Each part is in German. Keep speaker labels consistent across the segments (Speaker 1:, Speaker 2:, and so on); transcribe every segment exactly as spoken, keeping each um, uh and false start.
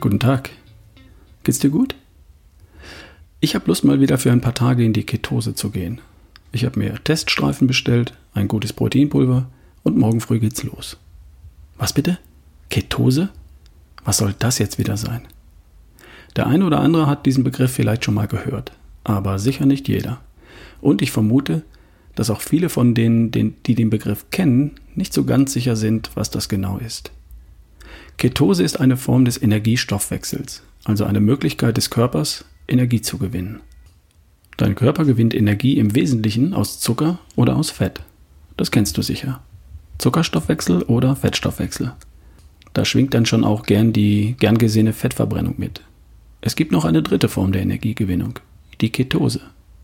Speaker 1: Guten Tag. Geht's dir gut? Ich habe Lust, mal wieder für ein paar Tage in die Ketose zu gehen. Ich habe mir Teststreifen bestellt, ein gutes Proteinpulver und morgen früh geht's los. Was bitte? Ketose? Was soll das jetzt wieder sein? Der eine oder andere hat diesen Begriff vielleicht schon mal gehört, aber sicher nicht jeder. Und ich vermute, dass auch viele von denen, die den Begriff kennen, nicht so ganz sicher sind, was das genau ist. Ketose ist eine Form des Energiestoffwechsels, also eine Möglichkeit des Körpers, Energie zu gewinnen. Dein Körper gewinnt Energie im Wesentlichen aus Zucker oder aus Fett. Das kennst du sicher. Zuckerstoffwechsel oder Fettstoffwechsel. Da schwingt dann schon auch gern die gern gesehene Fettverbrennung mit. Es gibt noch eine dritte Form der Energiegewinnung, die Ketose.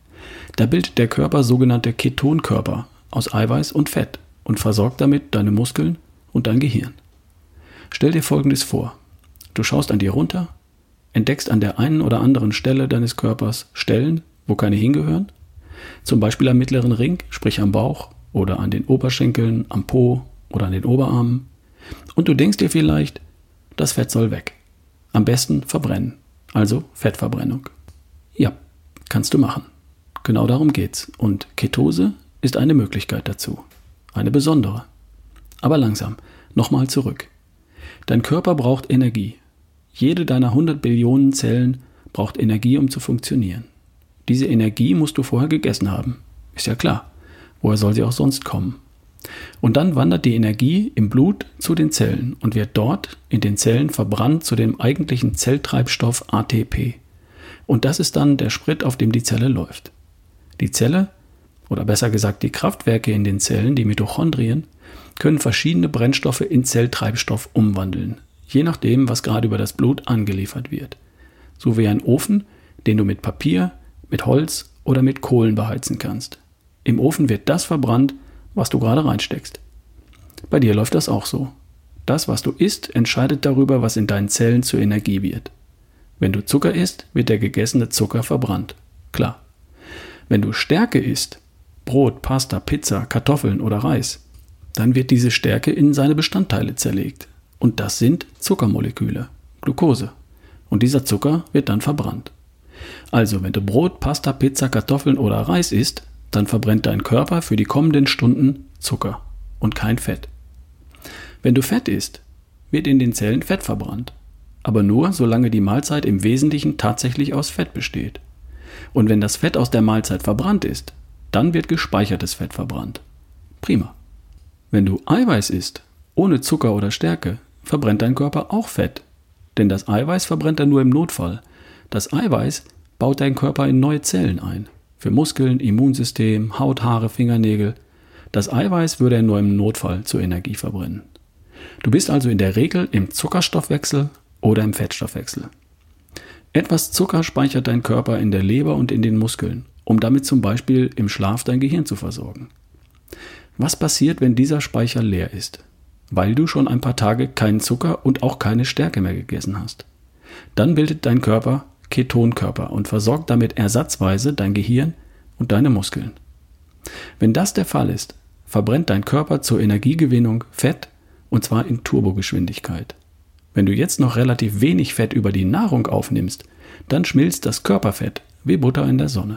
Speaker 1: Da bildet der Körper sogenannte Ketonkörper aus Eiweiß und Fett und versorgt damit deine Muskeln und dein Gehirn. Stell dir Folgendes vor. Du schaust an dir runter, entdeckst an der einen oder anderen Stelle deines Körpers Stellen, wo keine hingehören, zum Beispiel am mittleren Ring, sprich am Bauch oder an den Oberschenkeln, am Po oder an den Oberarmen. Und du denkst dir vielleicht, das Fett soll weg. Am besten verbrennen, also Fettverbrennung. Ja, kannst du machen. Genau darum geht's. Und Ketose ist eine Möglichkeit dazu. Eine besondere. Aber langsam, nochmal zurück. Dein Körper braucht Energie. Jede deiner hundert Billionen Zellen braucht Energie, um zu funktionieren. Diese Energie musst du vorher gegessen haben. Ist ja klar. Woher soll sie auch sonst kommen? Und dann wandert die Energie im Blut zu den Zellen und wird dort in den Zellen verbrannt zu dem eigentlichen Zelltreibstoff A T P. Und das ist dann der Sprit, auf dem die Zelle läuft. Die Zelle, oder besser gesagt die Kraftwerke in den Zellen, die Mitochondrien, können verschiedene Brennstoffe in Zelltreibstoff umwandeln, je nachdem, was gerade über das Blut angeliefert wird. So wie ein Ofen, den du mit Papier, mit Holz oder mit Kohlen beheizen kannst. Im Ofen wird das verbrannt, was du gerade reinsteckst. Bei dir läuft das auch so. Das, was du isst, entscheidet darüber, was in deinen Zellen zur Energie wird. Wenn du Zucker isst, wird der gegessene Zucker verbrannt. Klar. Wenn du Stärke isst, Brot, Pasta, Pizza, Kartoffeln oder Reis, dann wird diese Stärke in seine Bestandteile zerlegt. Und das sind Zuckermoleküle, Glucose. Und dieser Zucker wird dann verbrannt. Also, wenn du Brot, Pasta, Pizza, Kartoffeln oder Reis isst, dann verbrennt dein Körper für die kommenden Stunden Zucker und kein Fett. Wenn du Fett isst, wird in den Zellen Fett verbrannt. Aber nur, solange die Mahlzeit im Wesentlichen tatsächlich aus Fett besteht. Und wenn das Fett aus der Mahlzeit verbrannt ist, dann wird gespeichertes Fett verbrannt. Prima. Wenn du Eiweiß isst, ohne Zucker oder Stärke, verbrennt dein Körper auch Fett. Denn das Eiweiß verbrennt er nur im Notfall. Das Eiweiß baut dein Körper in neue Zellen ein. Für Muskeln, Immunsystem, Haut, Haare, Fingernägel. Das Eiweiß würde er nur im Notfall zur Energie verbrennen. Du bist also in der Regel im Zuckerstoffwechsel oder im Fettstoffwechsel. Etwas Zucker speichert dein Körper in der Leber und in den Muskeln, um damit zum Beispiel im Schlaf dein Gehirn zu versorgen. Was passiert, wenn dieser Speicher leer ist? Weil du schon ein paar Tage keinen Zucker und auch keine Stärke mehr gegessen hast. Dann bildet dein Körper Ketonkörper und versorgt damit ersatzweise dein Gehirn und deine Muskeln. Wenn das der Fall ist, verbrennt dein Körper zur Energiegewinnung Fett und zwar in Turbogeschwindigkeit. Wenn du jetzt noch relativ wenig Fett über die Nahrung aufnimmst, dann schmilzt das Körperfett wie Butter in der Sonne.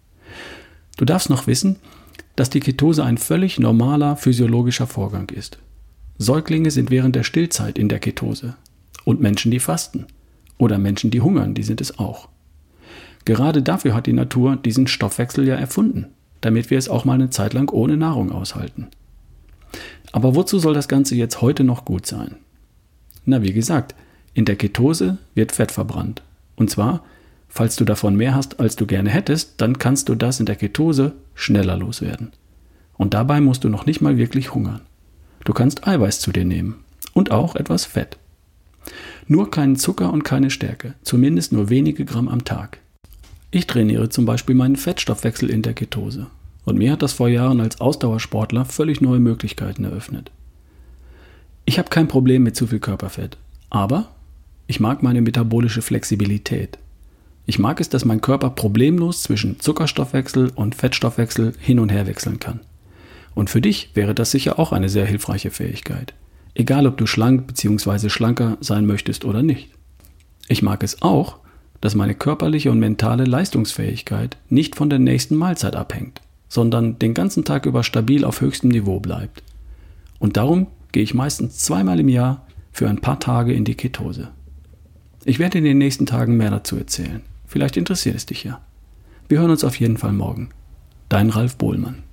Speaker 1: Du darfst noch wissen, dass die Ketose ein völlig normaler physiologischer Vorgang ist. Säuglinge sind während der Stillzeit in der Ketose und Menschen, die fasten oder Menschen, die hungern, die sind es auch. Gerade dafür hat die Natur diesen Stoffwechsel ja erfunden, damit wir es auch mal eine Zeit lang ohne Nahrung aushalten. Aber wozu soll das Ganze jetzt heute noch gut sein? Na, wie gesagt, in der Ketose wird Fett verbrannt. Und zwar, falls du davon mehr hast, als du gerne hättest, dann kannst du das in der Ketose schneller loswerden. Und dabei musst du noch nicht mal wirklich hungern. Du kannst Eiweiß zu dir nehmen und auch etwas Fett. Nur keinen Zucker und keine Stärke, zumindest nur wenige Gramm am Tag. Ich trainiere zum Beispiel meinen Fettstoffwechsel in der Ketose. Und mir hat das vor Jahren als Ausdauersportler völlig neue Möglichkeiten eröffnet. Ich habe kein Problem mit zu viel Körperfett, aber ich mag meine metabolische Flexibilität. Ich mag es, dass mein Körper problemlos zwischen Zuckerstoffwechsel und Fettstoffwechsel hin und her wechseln kann. Und für dich wäre das sicher auch eine sehr hilfreiche Fähigkeit. Egal, ob du schlank bzw. schlanker sein möchtest oder nicht. Ich mag es auch, dass meine körperliche und mentale Leistungsfähigkeit nicht von der nächsten Mahlzeit abhängt, sondern den ganzen Tag über stabil auf höchstem Niveau bleibt. Und darum gehe ich meistens zweimal im Jahr für ein paar Tage in die Ketose. Ich werde in den nächsten Tagen mehr dazu erzählen. Vielleicht interessiert es dich ja. Wir hören uns auf jeden Fall morgen. Dein Ralf Bohlmann.